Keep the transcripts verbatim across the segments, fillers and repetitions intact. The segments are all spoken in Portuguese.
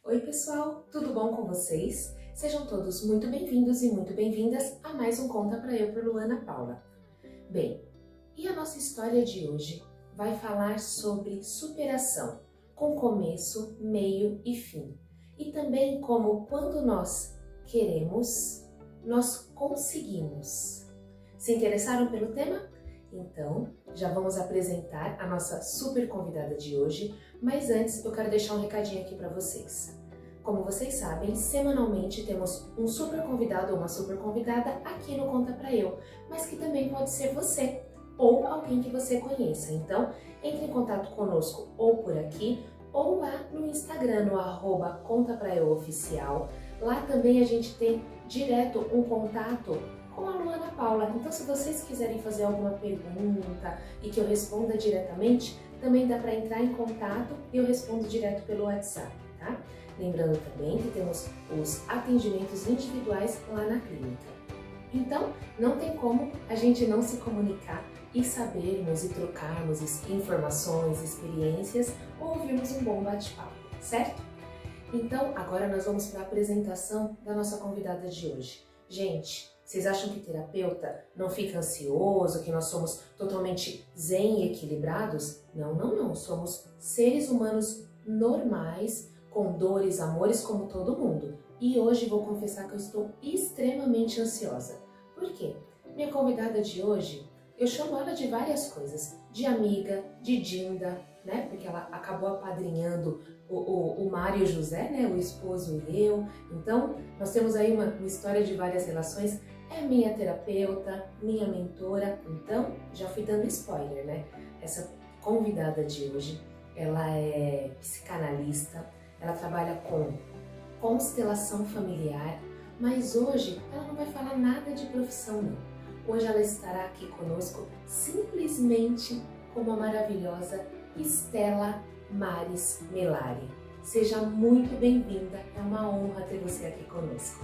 Oi pessoal, tudo bom com vocês? Sejam todos muito bem-vindos e muito bem-vindas a mais um Conta Pra Eu por Luana Paula. Bem, e a nossa história de hoje vai falar sobre superação, com começo, meio e fim. E também como quando nós queremos, nós conseguimos. Se interessaram pelo tema? Então, já vamos apresentar a nossa super convidada de hoje, mas antes eu quero deixar um recadinho aqui para vocês. Como vocês sabem, semanalmente temos um super convidado ou uma super convidada aqui no Conta Pra Eu, mas que também pode ser você ou alguém que você conheça. Então, entre em contato conosco ou por aqui ou lá no Instagram, no arroba Conta Pra Eu Oficial. Lá também a gente tem direto um contato com a Luana Paula. Então, se vocês quiserem fazer alguma pergunta e que eu responda diretamente, também dá para entrar em contato e eu respondo direto pelo WhatsApp, tá? Lembrando também que temos os atendimentos individuais lá na clínica. Então, não tem como a gente não se comunicar e sabermos e trocarmos informações, experiências ou ouvirmos um bom bate-papo, certo? Então, agora nós vamos para a apresentação da nossa convidada de hoje. Gente, vocês acham que terapeuta não fica ansioso, que nós somos totalmente zen e equilibrados? Não, não, não. Somos seres humanos normais, com dores, amores como todo mundo. E hoje vou confessar que eu estou extremamente ansiosa. Por quê? Minha convidada de hoje, eu chamo ela de várias coisas. De amiga, de Dinda, né? Porque ela acabou apadrinhando o, o, o Mário José, né? O esposo e eu. Então, nós temos aí uma, uma história de várias relações. É minha terapeuta, minha mentora. Então, já fui dando spoiler, né? Essa convidada de hoje, ela é psicanalista, ela trabalha com constelação familiar, mas hoje ela não vai falar nada de profissão, não. Hoje ela estará aqui conosco simplesmente como a maravilhosa Estela Maris Melari. Seja muito bem-vinda, é uma honra ter você aqui conosco.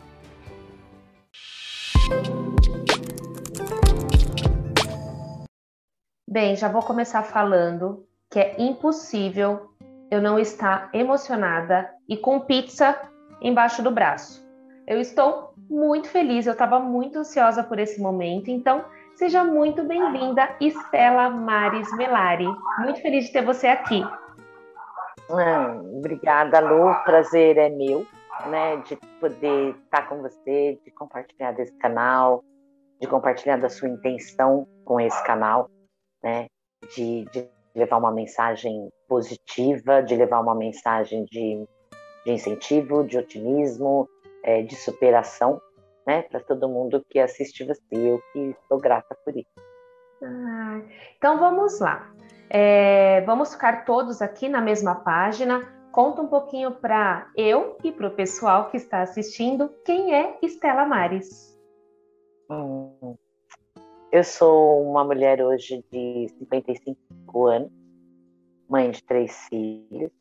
Bem, já vou começar falando que é impossível eu não estar emocionada e com pizza embaixo do braço. Eu estou muito feliz, eu estava muito ansiosa por esse momento, então seja muito bem-vinda, Estela Maris Melari. Muito feliz de ter você aqui. Hum, obrigada, Lu. O prazer é meu, né, de poder estar com você, de compartilhar desse canal, de compartilhar da sua intenção com esse canal, né, de, de levar uma mensagem positiva, de levar uma mensagem de, de incentivo, de otimismo, é, de superação, né, para todo mundo que assiste você. Eu que sou grata por isso. Ah, então vamos lá. É, vamos ficar todos aqui na mesma página. Conta um pouquinho para eu e para o pessoal que está assistindo quem é Estela Maris. Hum. Eu sou uma mulher hoje de cinquenta e cinco anos, mãe de três filhos,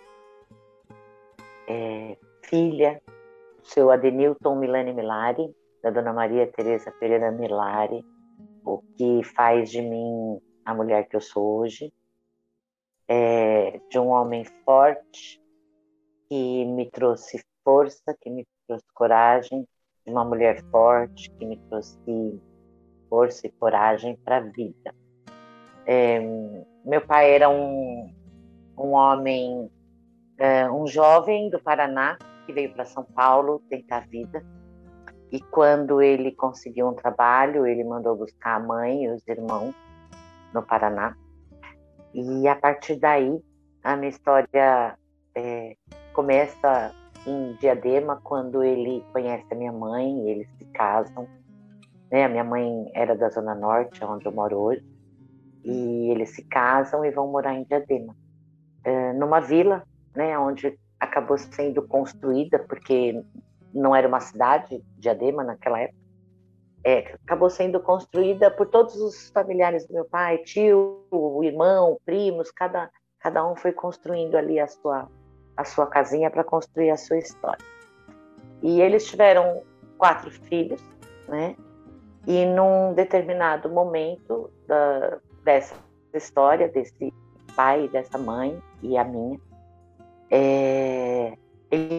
é, filha do seu Adenilton Milani Melari, da dona Maria Tereza Pereira Melari, o que faz de mim a mulher que eu sou hoje, é, de um homem forte que me trouxe força, que me trouxe coragem, de uma mulher forte que me trouxe força e coragem para a vida. É, meu pai era um, um homem, é, um jovem do Paraná que veio para São Paulo tentar a vida, e quando ele conseguiu um trabalho, ele mandou buscar a mãe e os irmãos no Paraná, e a partir daí a minha história é, começa em Diadema, quando ele conhece a minha mãe e eles se casam. Né, a minha mãe era da Zona Norte, onde eu moro hoje, e eles se casam e vão morar em Diadema, é, numa vila, né, onde acabou sendo construída, porque não era uma cidade, Diadema, naquela época, é, acabou sendo construída por todos os familiares do meu pai, tio, irmão, primos, cada, cada um foi construindo ali a sua, a sua casinha para construir a sua história. E eles tiveram quatro filhos, né? E num determinado momento da, dessa história, desse pai e dessa mãe e a minha, é,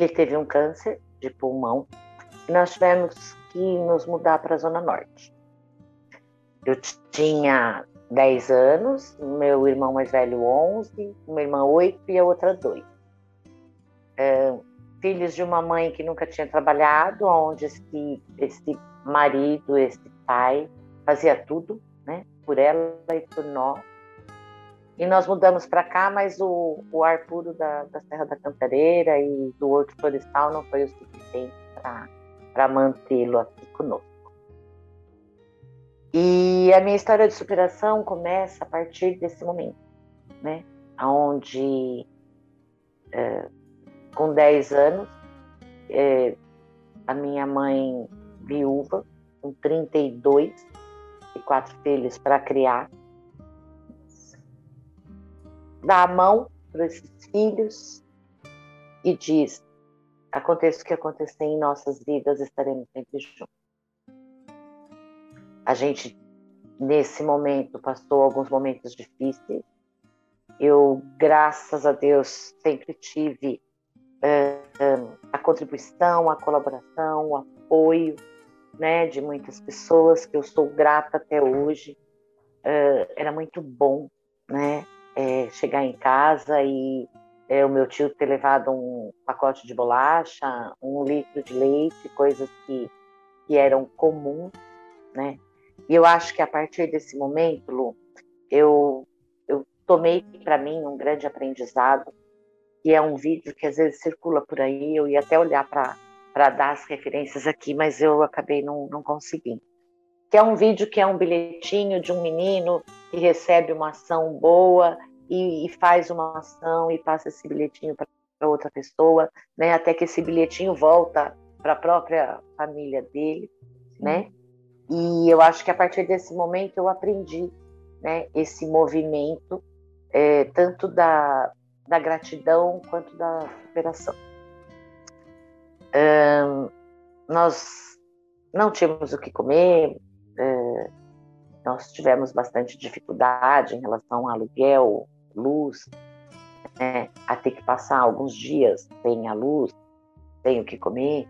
ele teve um câncer de pulmão e nós tivemos que nos mudar para a Zona Norte. Eu tinha dez anos, meu irmão mais velho onze, uma irmã oito e a outra dois. É, filhos de uma mãe que nunca tinha trabalhado, onde esse, esse marido, esse pai, fazia tudo, né, por ela e por nós. E nós mudamos para cá, mas o, o ar puro da, da Serra da Cantareira e do Horto Florestal não foi o suficiente para mantê-lo aqui conosco. E a minha história de superação começa a partir desse momento, né? Onde, é, com dez anos, é, a minha mãe viúva, com trinta e dois e quatro filhos para criar, dá a mão para esses filhos e diz: aconteça o que acontecer em nossas vidas, estaremos sempre juntos. A gente, nesse momento, passou alguns momentos difíceis. Eu, graças a Deus, sempre tive uh, uh, a contribuição, a colaboração, o apoio, né, de muitas pessoas, que eu sou grata até hoje. Uh, era muito bom, né, é, chegar em casa e é, o meu tio ter levado um pacote de bolacha, um litro de leite, coisas que, que eram comuns, né? E eu acho que a partir desse momento, Lu, eu, eu tomei para mim um grande aprendizado, que é um vídeo que às vezes circula por aí, eu ia até olhar para dar as referências aqui, mas eu acabei não, não conseguindo. Que é um vídeo que é um bilhetinho de um menino que recebe uma ação boa e, e faz uma ação e passa esse bilhetinho para outra pessoa, né? Até que esse bilhetinho volta para a própria família dele, né? E eu acho que a partir desse momento eu aprendi, né, esse movimento, é, tanto da, da gratidão quanto da superação. Um, nós não tínhamos o que comer, é, nós tivemos bastante dificuldade em relação a aluguel, luz, né, a ter que passar alguns dias sem a luz, sem o que comer.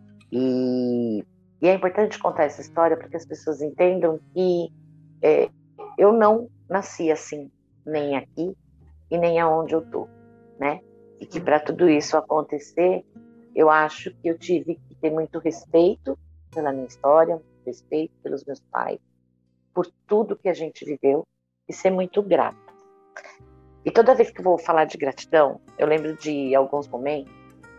E, e é importante contar essa história para que as pessoas entendam que é, eu não nasci assim, nem aqui e nem aonde eu estou, né? E que para tudo isso acontecer, eu acho que eu tive que ter muito respeito pela minha história, respeito pelos meus pais, por tudo que a gente viveu e ser muito grata. E toda vez que eu vou falar de gratidão, eu lembro de alguns momentos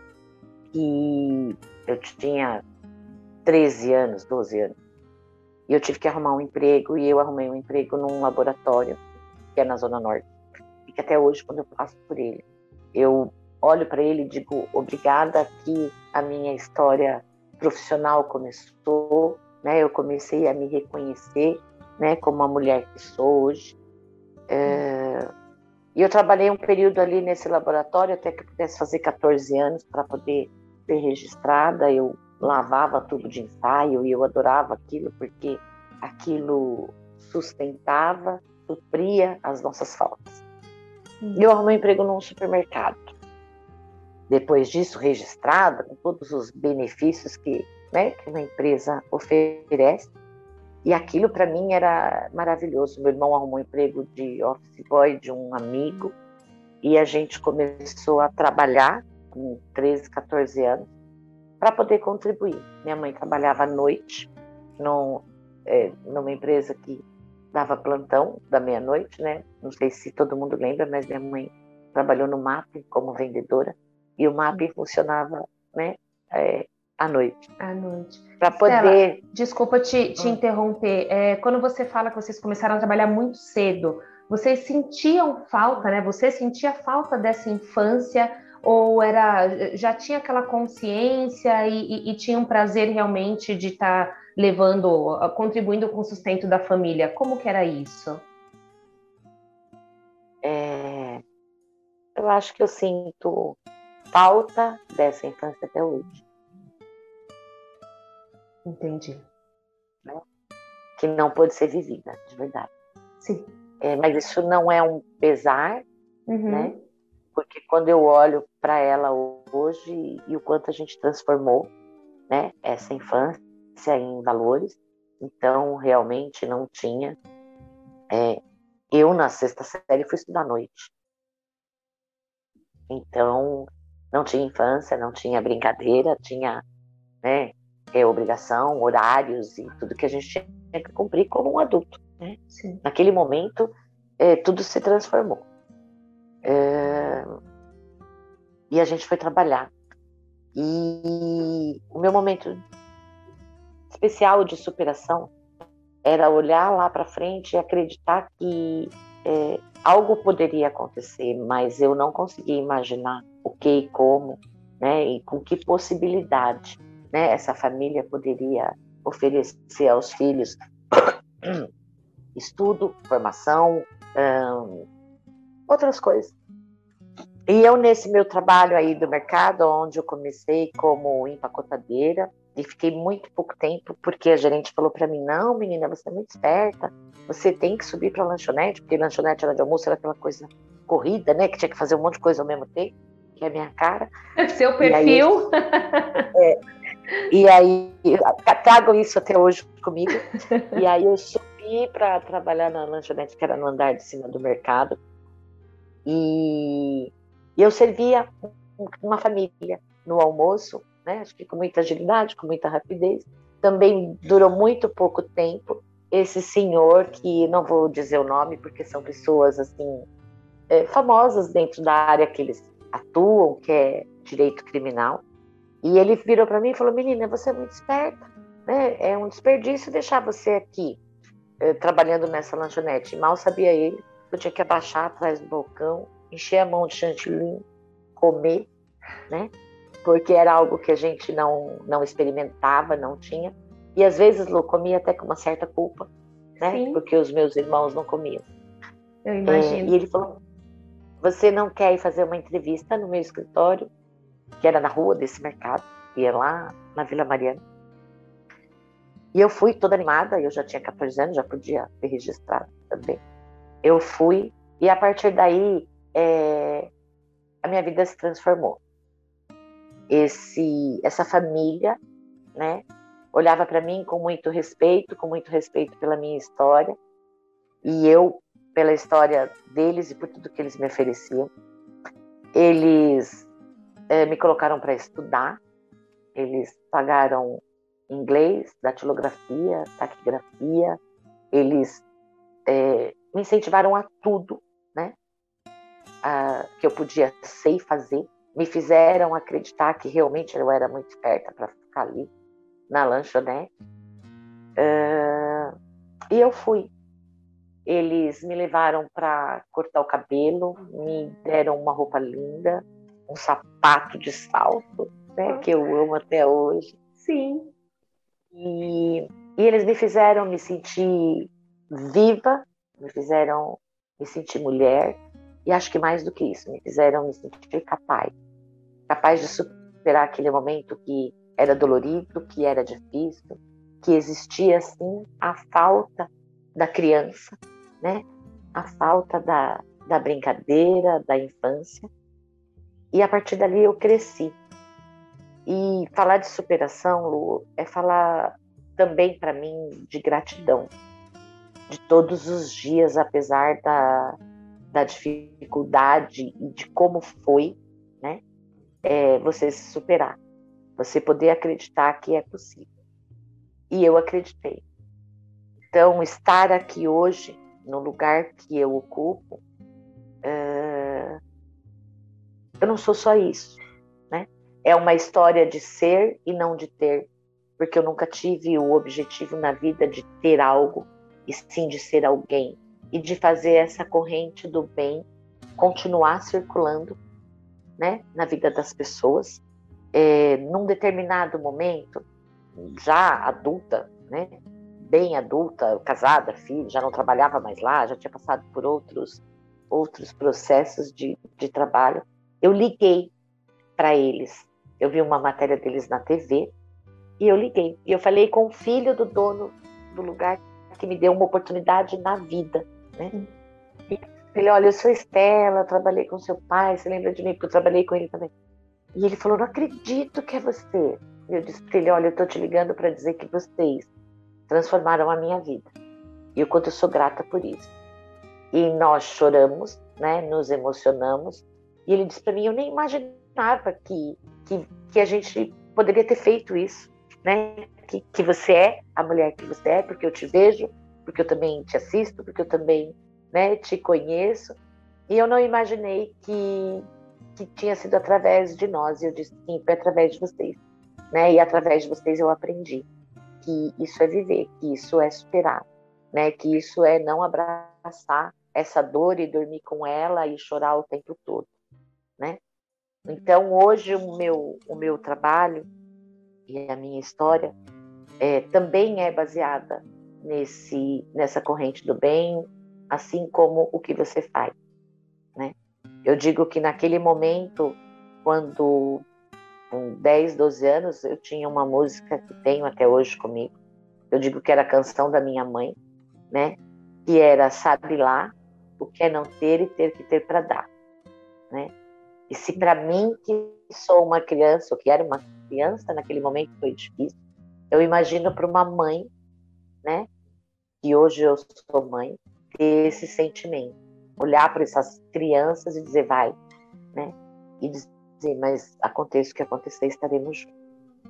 que eu tinha treze anos, doze anos, e eu tive que arrumar um emprego, e eu arrumei um emprego num laboratório, que é na Zona Norte, e que até hoje, quando eu passo por ele, eu olho para ele e digo, obrigada que a minha história profissional começou, né? Eu comecei a me reconhecer, né, como a mulher que sou hoje. É... E eu trabalhei um período ali nesse laboratório, até que eu pudesse fazer catorze anos para poder ser registrada. Eu lavava tudo de ensaio e eu adorava aquilo, porque aquilo sustentava, supria as nossas faltas. E eu arrumei um emprego num supermercado. Depois disso, registrada, com todos os benefícios que, né, que uma empresa oferece. E aquilo para mim era maravilhoso. Meu irmão arrumou um emprego de office boy de um amigo e a gente começou a trabalhar com treze, catorze anos para poder contribuir. Minha mãe trabalhava à noite num, é, numa empresa que dava plantão da meia-noite, né? Não sei se todo mundo lembra, mas minha mãe trabalhou no M A P como vendedora e o M A P funcionava, né, é, à noite. À noite. Para poder... Stella, desculpa te, te hum. interromper. É, quando você fala que vocês começaram a trabalhar muito cedo, vocês sentiam falta, né? Você sentia falta dessa infância ou era, já tinha aquela consciência e, e, e tinha um prazer realmente de estar tá levando, contribuindo com o sustento da família? Como que era isso? É, eu acho que eu sinto falta dessa infância até hoje. Entendi. Né? Que não pôde ser vivida, de verdade. Sim. É, mas isso não é um pesar, uhum. né? porque quando eu olho para ela hoje e o quanto a gente transformou, né, essa infância em valores, então realmente não tinha. É, eu, na sexta série, fui estudar à noite. Então, não tinha infância, não tinha brincadeira, tinha, né, é, obrigação, horários e tudo que a gente tinha que cumprir como um adulto. Né? Sim. Naquele momento, é, tudo se transformou. É, e a gente foi trabalhar. E o meu momento especial de superação era olhar lá para frente e acreditar que é, algo poderia acontecer, mas eu não conseguia imaginar o que e como, né, e com que possibilidade, né, essa família poderia oferecer aos filhos estudo, formação, hum, outras coisas. E eu, nesse meu trabalho aí do mercado, onde eu comecei como empacotadeira, e fiquei muito pouco tempo, porque a gerente falou para mim, não, menina, você é muito esperta, você tem que subir para a lanchonete, porque lanchonete era de almoço, era aquela coisa corrida, né, que tinha que fazer um monte de coisa ao mesmo tempo, que é a minha cara. Seu perfil. E aí, é, e aí trago isso até hoje comigo. E aí eu subi para trabalhar na lanchonete, que era no andar de cima do mercado, e eu servia uma família no almoço, né? Acho que com muita agilidade, com muita rapidez. Também durou muito pouco tempo. Esse senhor, que não vou dizer o nome, porque são pessoas assim é, famosas dentro da área que eles atuam, que é direito criminal. E ele virou para mim e falou, menina, você é muito esperta, né? É um desperdício deixar você aqui é, trabalhando nessa lanchonete. Mal sabia ele, eu tinha que abaixar atrás do balcão, encher a mão de chantilly, comer, né? Porque era algo que a gente não, não experimentava, não tinha. E às vezes, Lu, comia até com uma certa culpa, né? Sim. Porque os meus irmãos não comiam. Eu imagino. É, e ele falou, você não quer ir fazer uma entrevista no meu escritório, que era na rua desse mercado, ia lá na Vila Mariana. E eu fui toda animada, eu já tinha catorze anos, já podia ter registrado também. Eu fui, e a partir daí, é, a minha vida se transformou. Esse, essa família, né, olhava para mim com muito respeito, com muito respeito pela minha história, e eu pela história deles e por tudo que eles me ofereciam. Eles é, me colocaram para estudar, eles pagaram inglês, datilografia, taquigrafia, eles é, me incentivaram a tudo, né, a, que eu podia ser e fazer. Me fizeram acreditar que realmente eu era muito esperta para ficar ali na lanchonete. Uh, e eu fui. Eles me levaram para cortar o cabelo, me deram uma roupa linda, um sapato de salto, né, que eu amo até hoje. Sim. E, e eles me fizeram me sentir viva, me fizeram me sentir mulher, e acho que mais do que isso, me fizeram me sentir capaz. Capaz de superar aquele momento que era dolorido, que era difícil, que existia, sim, a falta da criança, né? A falta da, da brincadeira, da infância. E a partir dali eu cresci. E falar de superação, Lu, é falar também para mim de gratidão. De todos os dias, apesar da, da dificuldade e de como foi, né? É você se superar, você poder acreditar que é possível. E eu acreditei. Então, estar aqui hoje, no lugar que eu ocupo, é... eu não sou só isso, né? É uma história de ser e não de ter, porque eu nunca tive o objetivo na vida de ter algo, e sim de ser alguém, e de fazer essa corrente do bem continuar circulando, né, na vida das pessoas. É, num determinado momento, já adulta, né, bem adulta, casada, filha, já não trabalhava mais lá, já tinha passado por outros, outros processos de, de trabalho, eu liguei para eles. Eu vi uma matéria deles na T V e eu liguei. E eu falei com o filho do dono do lugar que me deu uma oportunidade na vida, né? Ele, olha, eu sou Estela, trabalhei com seu pai, você lembra de mim? Porque eu trabalhei com ele também. E ele falou, não acredito que é você. E eu disse para ele, olha, eu estou te ligando para dizer que vocês transformaram a minha vida. E o quanto eu sou grata por isso. E nós choramos, né, nos emocionamos. E ele disse para mim, eu nem imaginava que, que, que a gente poderia ter feito isso, né? Que, que você é a mulher que você é, porque eu te vejo, porque eu também te assisto, porque eu também, né, te conheço. E eu não imaginei que, que tinha sido através de nós. E eu disse, sim, foi através de vocês. Né? E através de vocês eu aprendi que isso é viver, que isso é superar, né? Que isso é não abraçar essa dor e dormir com ela e chorar o tempo todo, né? Então, hoje, o meu, o meu trabalho e a minha história é, também é baseada nesse, nessa corrente do bem, assim como o que você faz, né? Eu digo que naquele momento, quando com dez, doze anos, eu tinha uma música que tenho até hoje comigo. Eu digo que era a canção da minha mãe, né? Que era, sabe lá, o que é não ter e ter que ter para dar, né? E se para mim, que sou uma criança, ou que era uma criança, naquele momento foi difícil, eu imagino para uma mãe, né? Que hoje eu sou mãe, ter esse sentimento. Olhar para essas crianças e dizer, vai, né? E dizer, mas aconteça o que acontecer, estaremos juntos.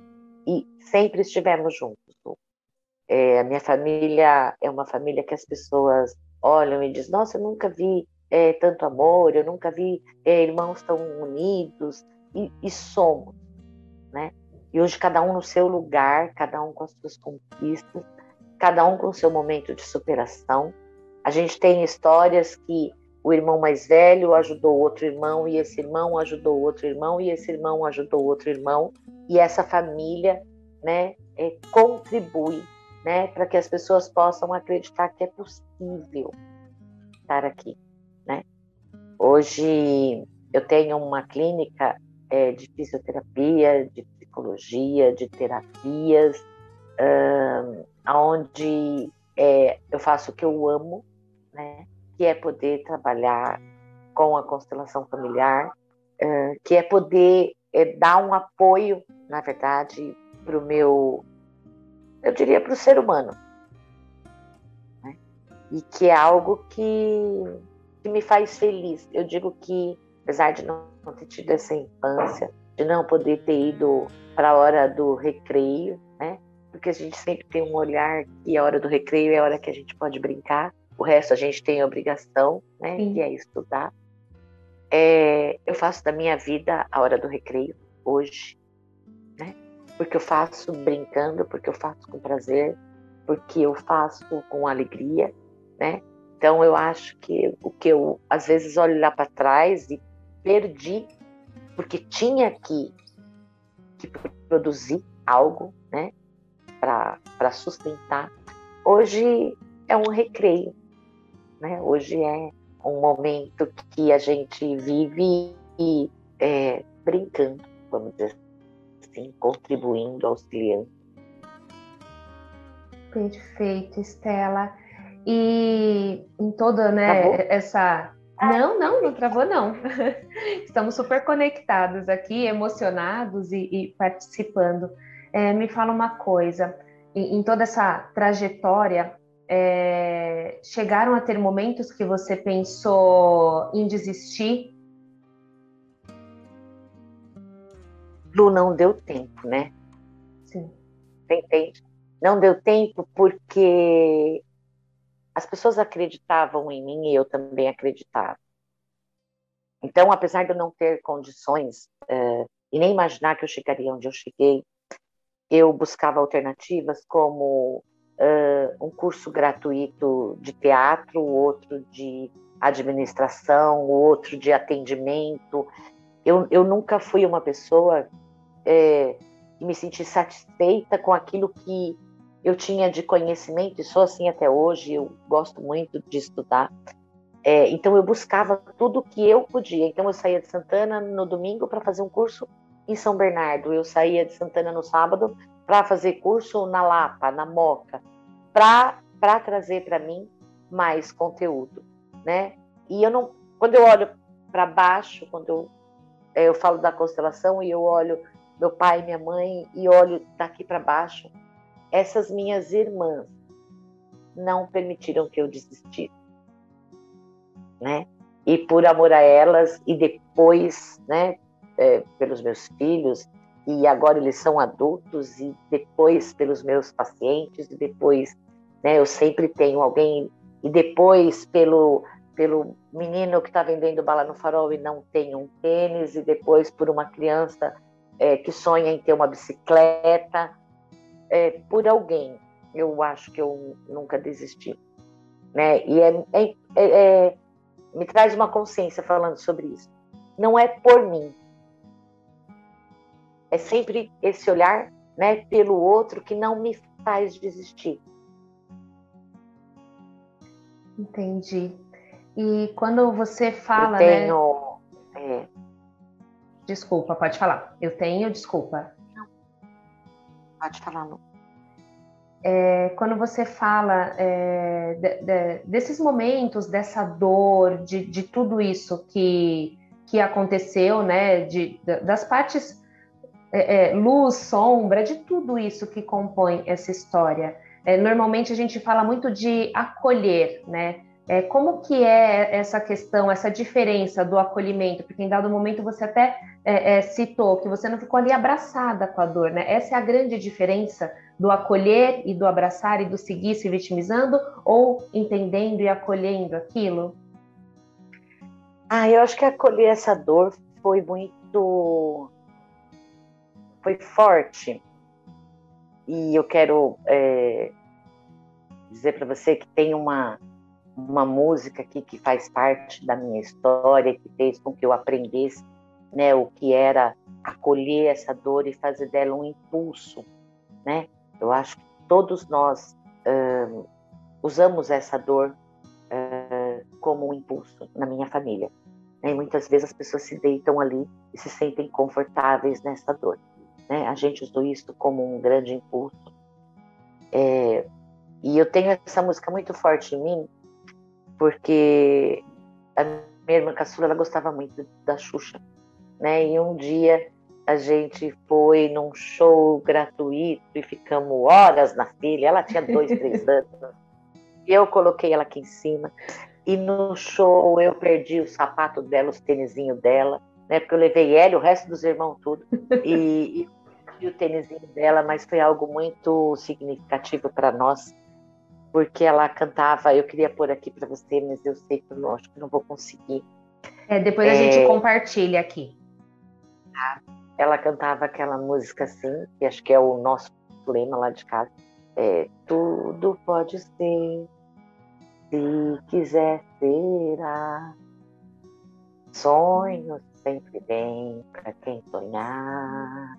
E sempre estivemos juntos. É, a minha família é uma família que as pessoas olham e dizem, nossa, eu nunca vi é, tanto amor, eu nunca vi é, irmãos tão unidos, e, e somos, né? E hoje cada um no seu lugar, cada um com as suas conquistas, cada um com o seu momento de superação. A gente tem histórias que o irmão mais velho ajudou outro irmão, e esse irmão ajudou outro irmão, e esse irmão ajudou outro irmão, e essa família, né, é, contribui, né, para que as pessoas possam acreditar que é possível estar aqui, né? Hoje eu tenho uma clínica é, de fisioterapia, de psicologia, de terapias, uh, onde é, eu faço o que eu amo, né? Que é poder trabalhar com a constelação familiar, uh, que é poder é, dar um apoio, na verdade, para o meu, eu diria para o ser humano, né? E que é algo que, que me faz feliz. Eu digo que, apesar de não ter tido essa infância, de não poder ter ido para a hora do recreio, né? Porque a gente sempre tem um olhar que a hora do recreio é a hora que a gente pode brincar, o resto a gente tem obrigação, né? Sim. Que é estudar. É, eu faço da minha vida a hora do recreio, hoje, né? Porque eu faço brincando, porque eu faço com prazer, porque eu faço com alegria, né? Então eu acho que o que eu às vezes olho lá para trás e perdi, porque tinha que, que produzir algo, né? Para sustentar. Hoje é um recreio, né? Hoje é um momento que a gente vive e, é, brincando, vamos dizer assim, contribuindo, auxiliando. Perfeito, Estela. E em toda, né, Travou? essa... Não, não, não travou, não. Estamos super conectados aqui, emocionados e, e participando. É, me fala uma coisa, em, em toda essa trajetória, é, chegaram a ter momentos que você pensou em desistir? Lu, não deu tempo, né? Sim. Você entende? Não deu tempo porque as pessoas acreditavam em mim e eu também acreditava. Então, apesar de eu não ter condições uh, e nem imaginar que eu chegaria onde eu cheguei, eu buscava alternativas como uh, um curso gratuito de teatro, outro de administração, outro de atendimento. Eu, eu nunca fui uma pessoa é, que me senti satisfeita com aquilo que eu tinha de conhecimento, e sou assim até hoje, eu gosto muito de estudar. É, então eu buscava tudo que eu podia. Então eu saía de Santana no domingo para fazer um curso em São Bernardo, eu saía de Santana no sábado para fazer curso na Lapa, na Moca, para trazer para mim mais conteúdo, né? e eu não, quando eu olho para baixo, quando eu, é, eu falo da constelação e eu olho meu pai e minha mãe e olho daqui para baixo, essas minhas irmãs não permitiram que eu desistisse, né? E por amor a elas, e depois, né, é, pelos meus filhos, e agora eles são adultos, e depois pelos meus pacientes, e depois, né, eu sempre tenho alguém, e depois pelo, pelo menino que está vendendo bala no farol e não tem um tênis, e depois por uma criança é, que sonha em ter uma bicicleta, é, por alguém. Eu acho que eu nunca desisti, né? E é, é, é, me traz uma consciência falando sobre isso. Não é por mim. É sempre esse olhar, né, pelo outro que não me faz desistir. Entendi. E quando você fala, eu tenho, né? É... Desculpa, pode falar. Eu tenho, desculpa. Não, pode falar, não. É, quando você fala é, de, de, desses momentos, dessa dor, de, de tudo isso que, que aconteceu, né, de, de, das partes é, é, luz, sombra, de tudo isso que compõe essa história. É, normalmente a gente fala muito de acolher, né? É, como que é essa questão, essa diferença do acolhimento? Porque em dado momento você até é, é, citou que você não ficou ali abraçada com a dor, né? Essa é a grande diferença do acolher e do abraçar e do seguir se vitimizando, ou entendendo e acolhendo aquilo? Ah, eu acho que acolher essa dor foi muito... foi forte. E eu quero é, dizer para você que tem uma, uma música aqui que faz parte da minha história, que fez com que eu aprendesse, né, o que era acolher essa dor e fazer dela um impulso, né? Eu acho que todos nós uh, usamos essa dor uh, como um impulso na minha família. E muitas vezes as pessoas se deitam ali e se sentem confortáveis nessa dor, né? A gente usou isso como um grande impulso. É, e eu tenho essa música muito forte em mim, porque a minha irmã caçula, ela gostava muito da Xuxa, né? E um dia a gente foi num show gratuito e ficamos horas na fila. Ela tinha dois, três anos. E eu coloquei ela aqui em cima. E no show eu perdi o sapato dela, os tênisinhos dela, né? Porque eu levei ela, o resto dos irmãos, tudo. E, e, e o tênisinho dela, mas foi algo muito significativo para nós, porque ela cantava, eu queria pôr aqui para você, mas eu sei que eu acho que não vou conseguir. É, depois é... a gente compartilha aqui. Ela cantava aquela música assim, que acho que é o nosso lema lá de casa. É, tudo pode ser, se quiser será. Sonhos sempre vem para quem sonhar.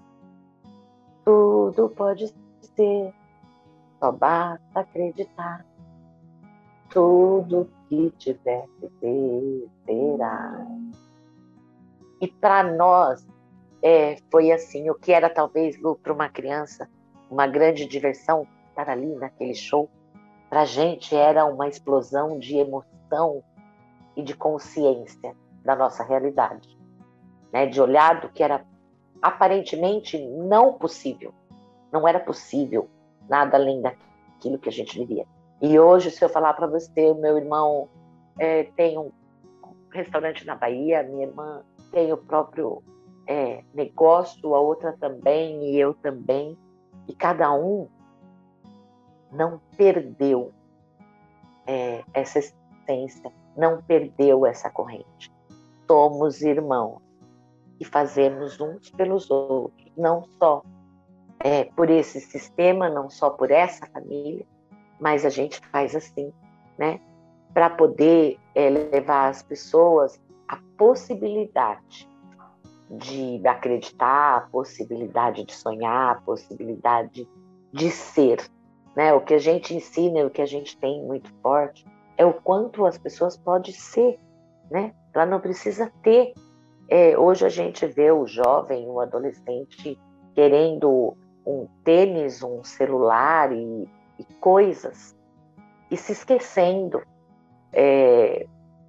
Tudo pode ser, só basta acreditar. Tudo que tiver que ser, será. E para nós, é, foi assim, o que era talvez, Lu, para uma criança, uma grande diversão, estar ali naquele show, para a gente era uma explosão de emoção e de consciência da nossa realidade, né? De olhar do que era aparentemente não possível. Não era possível nada além daquilo que a gente vivia. E hoje, se eu falar para você, o meu irmão é, tem um restaurante na Bahia, minha irmã tem o próprio é, negócio, a outra também, e eu também. E cada um não perdeu é, essa essência, não perdeu essa corrente. Somos irmãos e fazemos uns pelos outros, não só é, por esse sistema, não só por essa família, mas a gente faz assim, né? Para poder é, levar as pessoas a possibilidade de acreditar, a possibilidade de sonhar, a possibilidade de ser, né? O que a gente ensina e o que a gente tem muito forte é o quanto as pessoas podem ser, né? Ela não precisa ter. É, hoje a gente vê o jovem, o adolescente querendo um tênis, um celular e, e coisas, e se esquecendo é,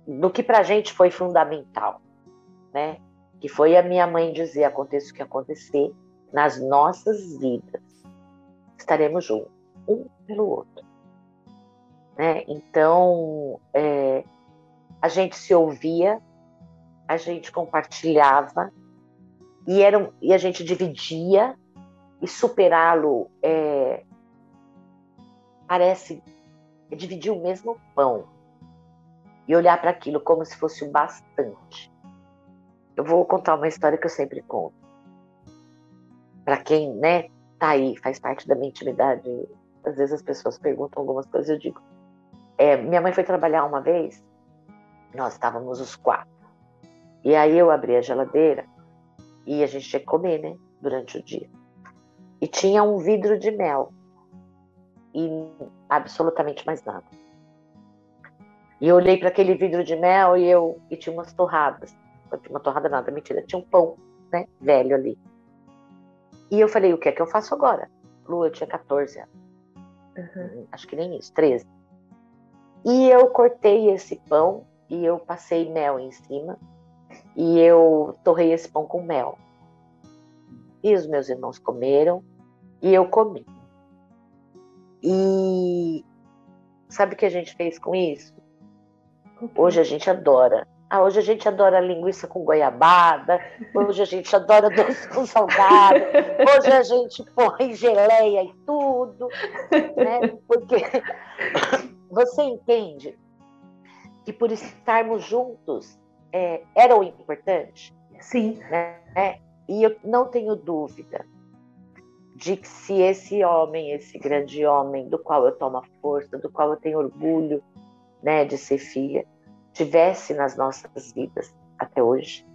do que para a gente foi fundamental, né? Que foi a minha mãe dizer: aconteça o que acontecer, nas nossas vidas estaremos juntos, um pelo outro, né? Então, é, a gente se ouvia, a gente compartilhava, e, era, e a gente dividia, e superá-lo é, parece dividir o mesmo pão, e olhar para aquilo como se fosse o bastante. Eu vou contar uma história que eu sempre conto. Para quem, né, tá aí, faz parte da minha intimidade. Às vezes as pessoas perguntam algumas coisas, eu digo. É, minha mãe foi trabalhar uma vez, nós estávamos os quatro. E aí eu abri a geladeira e a gente tinha que comer, né, durante o dia. E tinha um vidro de mel e absolutamente mais nada. E eu olhei para aquele vidro de mel e eu e tinha umas torradas. Não tinha uma torrada nada, mentira, tinha um pão, né, velho ali. E eu falei: o que é que eu faço agora? Lu, eu tinha catorze anos. Uhum. Acho que nem isso, treze. E eu cortei esse pão e eu passei mel em cima. E eu torrei esse pão com mel. E os meus irmãos comeram e eu comi. E sabe o que a gente fez com isso? Hoje a gente adora. Ah, hoje a gente adora linguiça com goiabada, hoje a gente adora doce com salgado, hoje a gente põe geleia e tudo, né? Porque você entende que por estarmos juntos é, era o importante? Sim. Né? E eu não tenho dúvida de que se esse homem, esse grande homem, do qual eu tomo a força, do qual eu tenho orgulho, né, de ser filha, tivesse nas nossas vidas até hoje,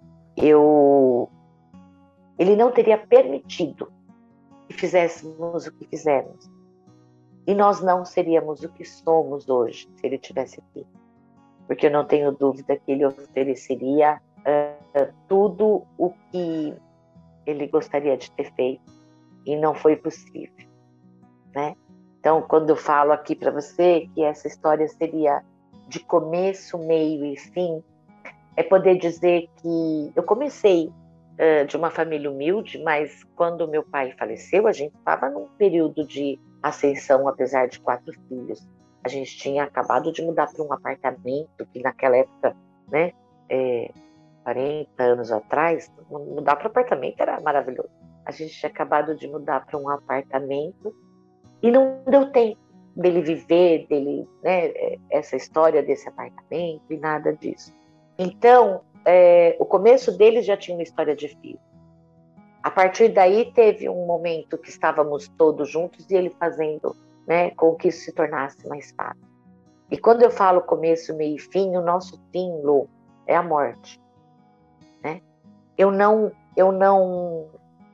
eu... ele não teria permitido que fizéssemos o que fizemos. E nós não seríamos o que somos hoje, se ele tivesse aqui. Porque eu não tenho dúvida que ele ofereceria uh, tudo o que ele gostaria de ter feito, e não foi possível, né? Então, quando eu falo aqui para você que essa história seria de começo, meio e fim, é poder dizer que eu comecei uh, de uma família humilde, mas quando meu pai faleceu, a gente estava num período de ascensão, apesar de quatro filhos. A gente tinha acabado de mudar para um apartamento, que naquela época, né, é, quarenta anos atrás, mudar para apartamento era maravilhoso. A gente tinha acabado de mudar para um apartamento e não deu tempo dele viver, dele, né, essa história desse apartamento e nada disso. Então, é, o começo dele já tinha uma história de filho. A partir daí teve um momento que estávamos todos juntos e ele fazendo, né, com que isso se tornasse mais fácil. E quando eu falo começo, meio e fim, o nosso fim, Lu, é a morte. Né? Eu não, eu não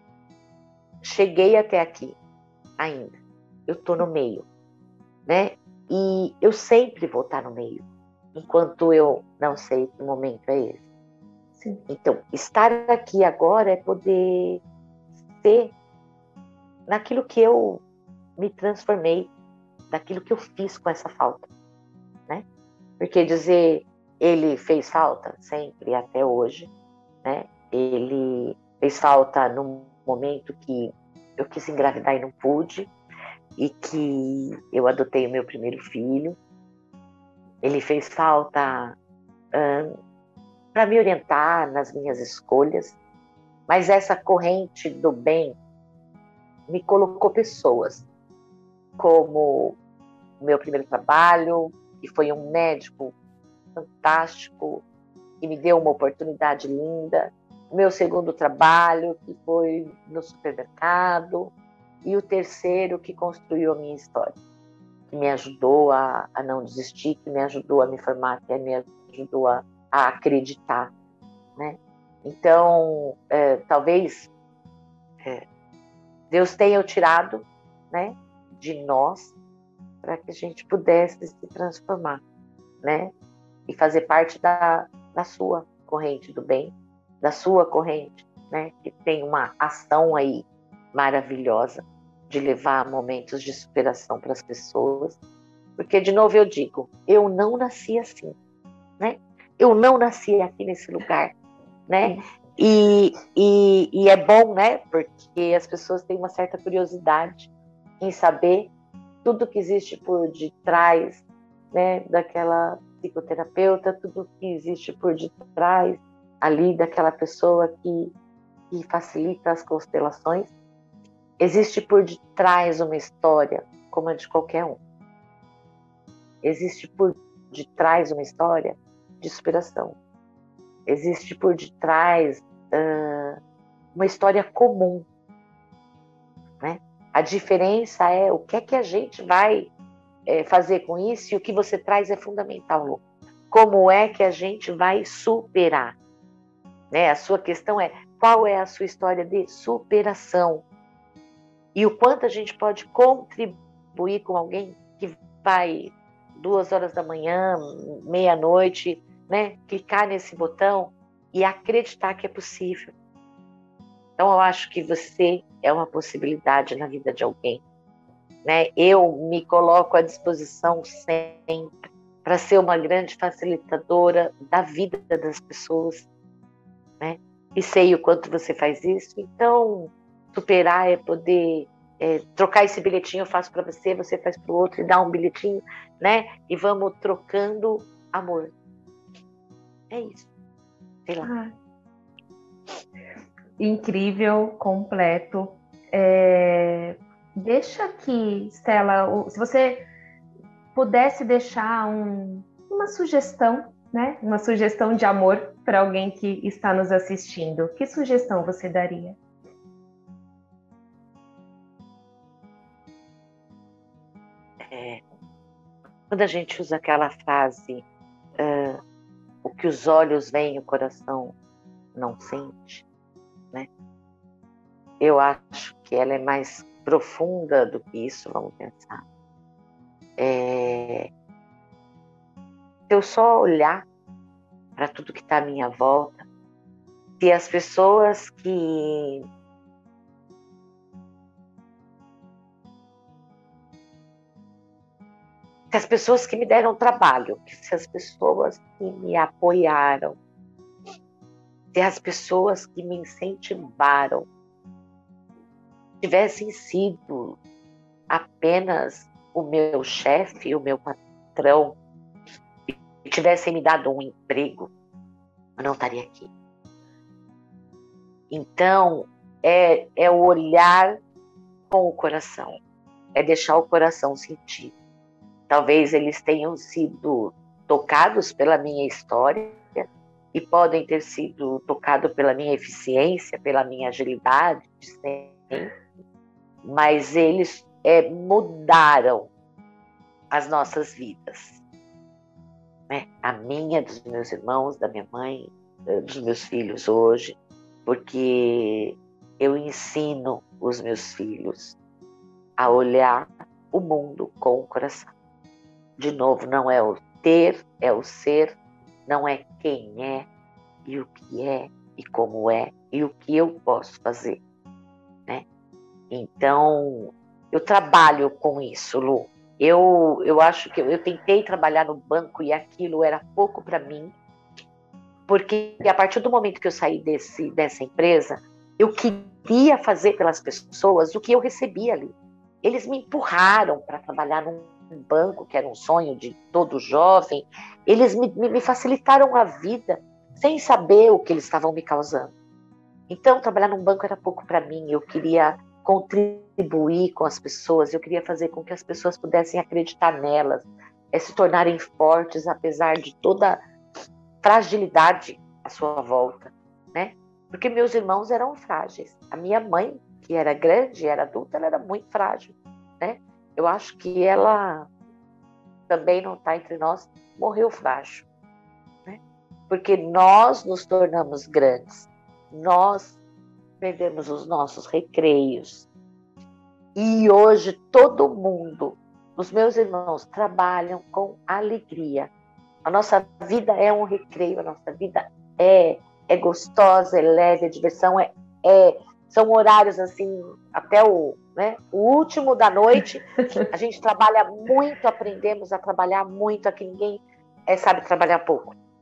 cheguei até aqui ainda. Eu estou no meio. Né? E eu sempre vou estar no meio, enquanto eu não sei que momento é esse. Sim. Então, estar aqui agora é poder ser naquilo que eu me transformei, daquilo que eu fiz com essa falta. Né? Porque dizer ele fez falta sempre, até hoje, né? Ele fez falta num momento que eu quis engravidar e não pude, e que eu adotei o meu primeiro filho. Ele fez falta hum, para me orientar nas minhas escolhas, mas essa corrente do bem me colocou pessoas, como o meu primeiro trabalho, que foi um médico fantástico, que me deu uma oportunidade linda, o meu segundo trabalho, que foi no supermercado, e o terceiro, que construiu a minha história, que me ajudou a, a não desistir, que me ajudou a me formar, que me ajudou a, a acreditar, né? Então, é, talvez é, Deus tenha o tirado, né, de nós, para que a gente pudesse se transformar, né? E fazer parte da, da sua corrente do bem, da sua corrente, né? Que tem uma ação aí maravilhosa de levar momentos de superação para as pessoas. Porque, de novo, eu digo, eu não nasci assim. né? Eu não nasci aqui nesse lugar, né? E, e, e é bom, né? Porque as pessoas têm uma certa curiosidade em saber tudo que existe por detrás, né? Daquela psicoterapeuta, tudo que existe por detrás ali daquela pessoa que, que facilita as constelações. Existe por detrás uma história, como a de qualquer um. Existe por detrás uma história de superação. Existe por detrás uh, uma história comum, né? A diferença é o que é que a gente vai é, fazer com isso, e o que você traz é fundamental, Lu. Como é que a gente vai superar? Né? A sua questão é, qual é a sua história de superação? E o quanto a gente pode contribuir com alguém que vai duas horas da manhã, meia-noite, né? Clicar nesse botão e acreditar que é possível. Então, eu acho que você é uma possibilidade na vida de alguém, né? Eu me coloco à disposição sempre para ser uma grande facilitadora da vida das pessoas, né? E sei o quanto você faz isso. Então, superar é poder é, trocar esse bilhetinho, eu faço para você, você faz para o outro, e dá um bilhetinho, né? E vamos trocando amor. É isso. Sei lá. Ah, incrível, completo. É... Deixa aqui, Stella, se você pudesse deixar um, uma sugestão, né? Uma sugestão de amor para alguém que está nos assistindo, que sugestão você daria? É, quando a gente usa aquela frase, uh, o que os olhos veem, o coração não sente, né? Eu acho que ela é mais profunda do que isso, vamos pensar. É... Se eu só olhar para tudo que está à minha volta, se as pessoas que se as pessoas que me deram trabalho, se as pessoas que me apoiaram, se as pessoas que me incentivaram tivessem sido apenas o meu chefe, o meu patrão, e tivessem me dado um emprego, eu não estaria aqui. Então, é, é o olhar com o coração, é deixar o coração sentir. Talvez eles tenham sido tocados pela minha história e podem ter sido tocados pela minha eficiência, pela minha agilidade, mas eles é, mudaram as nossas vidas. Né? A minha, dos meus irmãos, da minha mãe, dos meus filhos hoje, porque eu ensino os meus filhos a olhar o mundo com o coração. De novo, não é o ter, é o ser, não é quem é, e o que é, e como é, e o que eu posso fazer. Né? Então, eu trabalho com isso, Lu. Eu, eu acho que eu, eu tentei trabalhar no banco e aquilo era pouco para mim, porque a partir do momento que eu saí desse, dessa empresa, eu queria fazer pelas pessoas o que eu recebia ali. Eles me empurraram para trabalhar num banco, que era um sonho de todo jovem. Eles me, me facilitaram a vida sem saber o que eles estavam me causando. Então, trabalhar num banco era pouco para mim. Eu queria contribuir com as pessoas, eu queria fazer com que as pessoas pudessem acreditar nelas, é, se tornarem fortes, apesar de toda fragilidade à sua volta, né? Porque meus irmãos eram frágeis. A minha mãe, que era grande, era adulta, ela era muito frágil, né? Eu acho que ela também não está entre nós, morreu frágil, né? Porque nós nos tornamos grandes, nós perdemos os nossos recreios. E hoje todo mundo, os meus irmãos, trabalham com alegria. A nossa vida é um recreio, a nossa vida é, é gostosa, é leve, é diversão, é, é, são horários assim, até o, né, o último da noite, a gente trabalha muito, aprendemos a trabalhar muito, aqui ninguém é, sabe trabalhar pouco.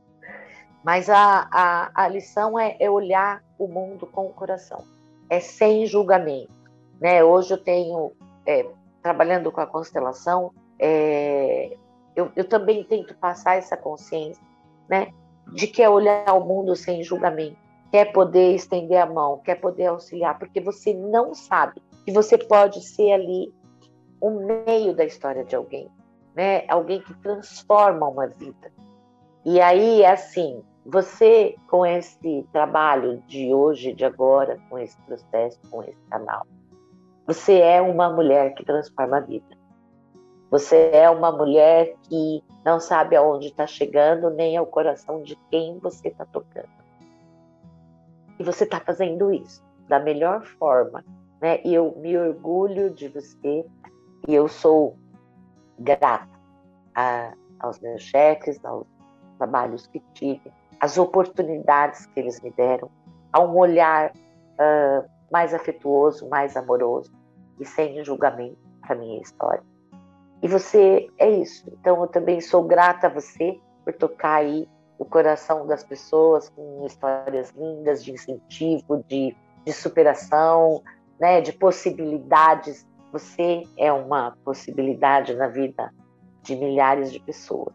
Mas a, a, a lição é, é olhar o mundo com o coração, é sem julgamento, né? Hoje eu tenho, é, trabalhando com a constelação, é, eu, eu também tento passar essa consciência, né? De que é olhar o mundo sem julgamento, quer poder estender a mão, quer poder auxiliar, porque você não sabe que você pode ser ali um meio da história de alguém, né? Alguém que transforma uma vida. E aí, assim, você, com esse trabalho de hoje, de agora, com esse processo, com esse canal, você é uma mulher que transforma a vida. Você é uma mulher que não sabe aonde está chegando, nem ao coração de quem você está tocando. E você está fazendo isso da melhor forma, né? E eu me orgulho de você, e eu sou grata a, aos meus chefes, aos trabalhos que tive, as oportunidades que eles me deram, a um olhar uh, mais afetuoso, mais amoroso e sem julgamento para a minha história. E você é isso. Então eu também sou grata a você por tocar aí o coração das pessoas com histórias lindas de incentivo, de, de superação, né, de possibilidades. Você é uma possibilidade na vida de milhares de pessoas.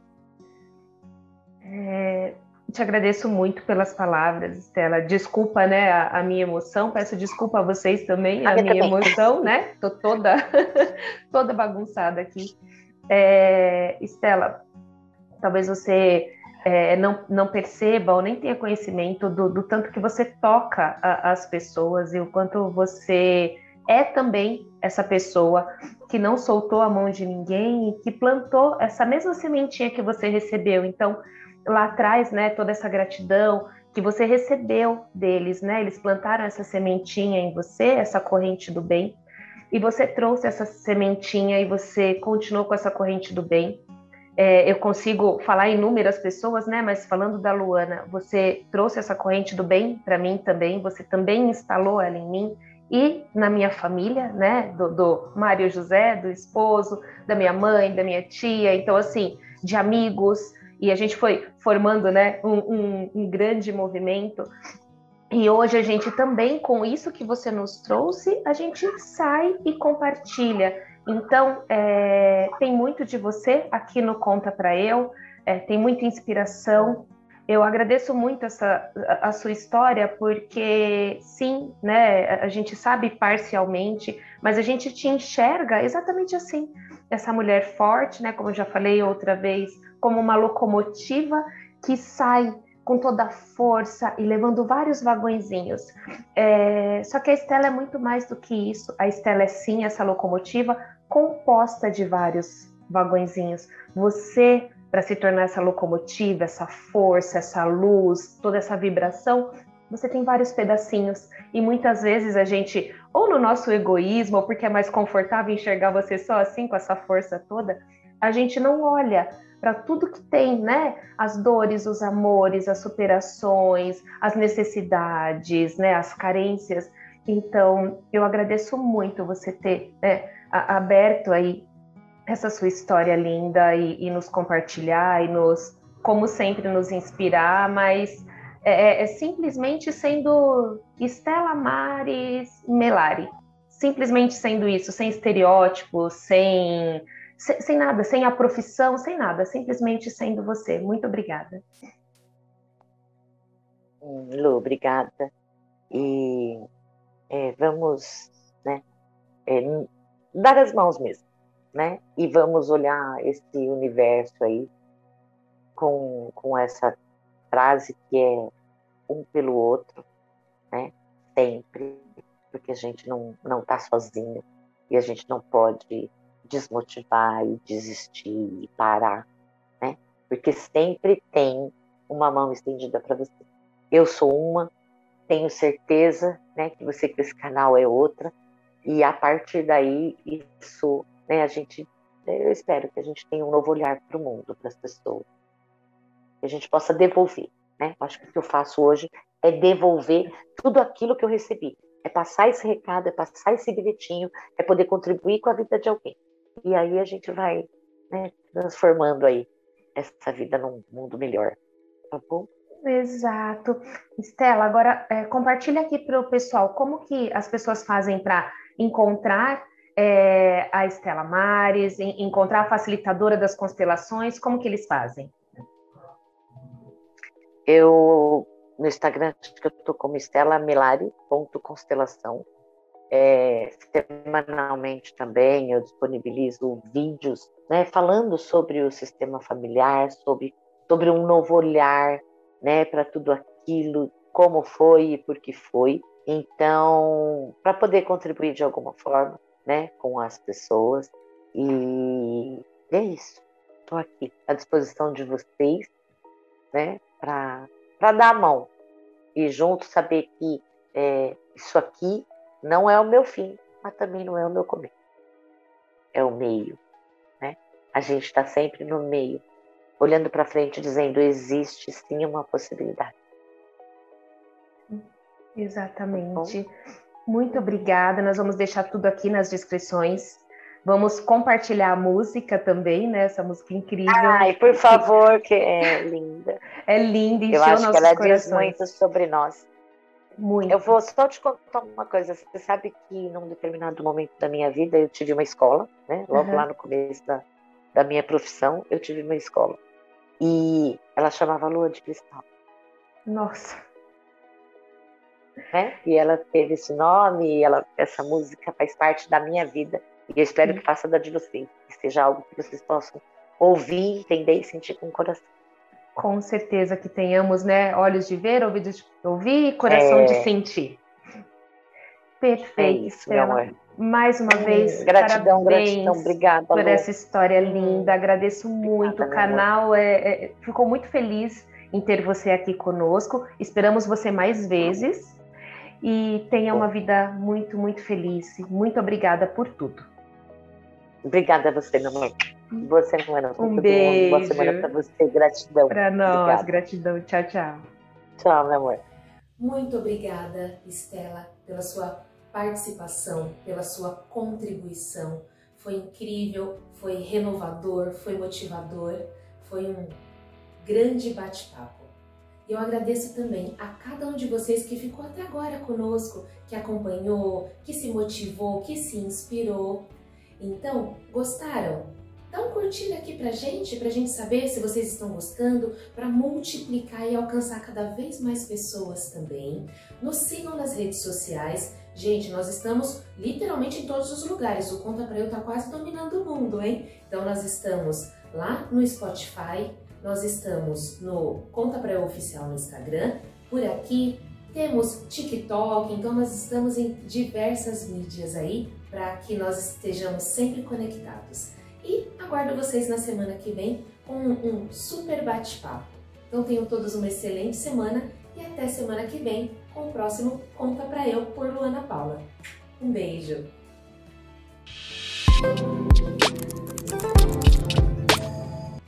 É, te agradeço muito pelas palavras, Estela. Desculpa, né, a, a minha emoção. Peço desculpa a vocês também, a, a minha também. emoção, né? Tô toda, toda bagunçada aqui. É, Estela, talvez você é, não, não perceba ou nem tenha conhecimento do, do tanto que você toca a, as pessoas e o quanto você é também essa pessoa que não soltou a mão de ninguém e que plantou essa mesma sementinha que você recebeu. Então, lá atrás, né, toda essa gratidão que você recebeu deles, né? Eles plantaram essa sementinha em você, essa corrente do bem, e você trouxe essa sementinha e você continuou com essa corrente do bem. É, eu consigo falar em inúmeras pessoas, né? Mas falando da Luana, você trouxe essa corrente do bem para mim também, você também instalou ela em mim e na minha família, né? Do, do Mário José, do esposo, da minha mãe, da minha tia, então assim, de amigos, e a gente foi formando, né, um, um, um grande movimento. E hoje a gente também, com isso que você nos trouxe, a gente sai e compartilha. Então, é, tem muito de você aqui no Conta Pra Eu, é, tem muita inspiração. Eu agradeço muito essa, a, a sua história, porque sim, né, a gente sabe parcialmente, mas a gente te enxerga exatamente assim. Essa mulher forte, né, como eu já falei outra vez, como uma locomotiva que sai com toda a força e levando vários vagõezinhos. É, só que a Estela é muito mais do que isso. A Estela é sim essa locomotiva composta de vários vagõezinhos. Você, para se tornar essa locomotiva, essa força, essa luz, toda essa vibração, você tem vários pedacinhos. E muitas vezes a gente, ou no nosso egoísmo, ou porque é mais confortável enxergar você só assim, com essa força toda, a gente não olha para tudo que tem, né? As dores, os amores, as superações, as necessidades, né? As carências. Então, eu agradeço muito você ter, né, aberto aí essa sua história linda e, e nos compartilhar e nos, como sempre, nos inspirar, mas é, é simplesmente sendo Estela Maris Melari. Simplesmente sendo isso, sem estereótipos, sem... Sem, sem nada, sem a profissão, sem nada, simplesmente sendo você. Muito obrigada. Lu, obrigada. E é, vamos, né, é, dar as mãos mesmo, né? E vamos olhar esse universo aí com, com essa frase que é um pelo outro, né? Sempre, porque a gente não não está sozinho e a gente não pode desmotivar e desistir e parar, né? Porque sempre tem uma mão estendida para você. Eu sou uma, tenho certeza, né, que você com esse canal é outra, e a partir daí isso, né, a gente, eu espero que a gente tenha um novo olhar para o mundo, para as pessoas, que a gente possa devolver, né? Acho que o que eu faço hoje é devolver tudo aquilo que eu recebi, é passar esse recado, é passar esse bilhetinho, é poder contribuir com a vida de alguém. E aí a gente vai, né, transformando aí essa vida num mundo melhor, tá bom? Exato. Estela, agora é, compartilha aqui para o pessoal como que as pessoas fazem para encontrar é, a Estela Maris, en- encontrar a facilitadora das constelações, como que eles fazem? Eu, no Instagram, acho que eu estou como estela milari ponto constelação. É, semanalmente também eu disponibilizo vídeos, né, falando sobre o sistema familiar, sobre, sobre um novo olhar, né, para tudo aquilo, como foi e por que foi. Então, para poder contribuir de alguma forma, né, com as pessoas. E é isso. Estou aqui à disposição de vocês, né, para dar a mão e junto saber que é, isso aqui não é o meu fim, mas também não é o meu começo. É o meio, né? A gente está sempre no meio, olhando para frente, dizendo existe sim uma possibilidade. Exatamente. Tá, muito obrigada. Nós vamos deixar tudo aqui nas descrições. Vamos compartilhar a música também, né? Essa música incrível. Ai, por favor, que é linda. É linda, encheu Eu acho nossos que ela corações. diz muito sobre nós. Muito. Eu vou só te contar uma coisa. Você sabe que num determinado momento da minha vida eu tive uma escola, né? Logo uhum. lá no começo da, da minha profissão, eu tive uma escola. E ela chamava Lua de Cristal. Nossa. Né? E ela teve esse nome, e ela, essa música faz parte da minha vida. E eu espero Sim. que faça da de vocês. Que seja algo que vocês possam ouvir, entender e sentir com o coração. Com certeza que tenhamos, né, olhos de ver, ouvidos de ouvir e coração é... de sentir. Perfeito, é isso, Estela. Mais uma vez, hum, gratidão, parabéns gratidão, obrigada, por Lu. essa história linda. Hum, Agradeço muito. Obrigada, o canal é, é, ficou muito feliz em ter você aqui conosco. Esperamos você mais vezes e tenha Bom. uma vida muito, muito feliz. Muito obrigada por tudo. Obrigada a você, meu amor. Boa semana. Um beijo. Boa semana para você. Gratidão. Para nós, obrigada. Gratidão. Tchau, tchau. Tchau, meu amor. Muito obrigada, Estela, pela sua participação, pela sua contribuição. Foi incrível, foi renovador, foi motivador, foi um grande bate-papo. E eu agradeço também a cada um de vocês que ficou até agora conosco, que acompanhou, que se motivou, que se inspirou. Então, gostaram? Dá um curtir aqui pra gente, pra gente saber se vocês estão gostando, para multiplicar e alcançar cada vez mais pessoas também. Nos sigam nas redes sociais. Gente, nós estamos literalmente em todos os lugares. O Conta Pra Eu tá quase dominando o mundo, hein? Então nós estamos lá no Spotify, nós estamos no Conta Pra Eu Oficial no Instagram, por aqui temos TikTok, então nós estamos em diversas mídias aí para que nós estejamos sempre conectados. E aguardo vocês na semana que vem com um super bate-papo. Então tenham todos uma excelente semana e até semana que vem com o próximo Conta Pra Eu por Luana Paula. Um beijo!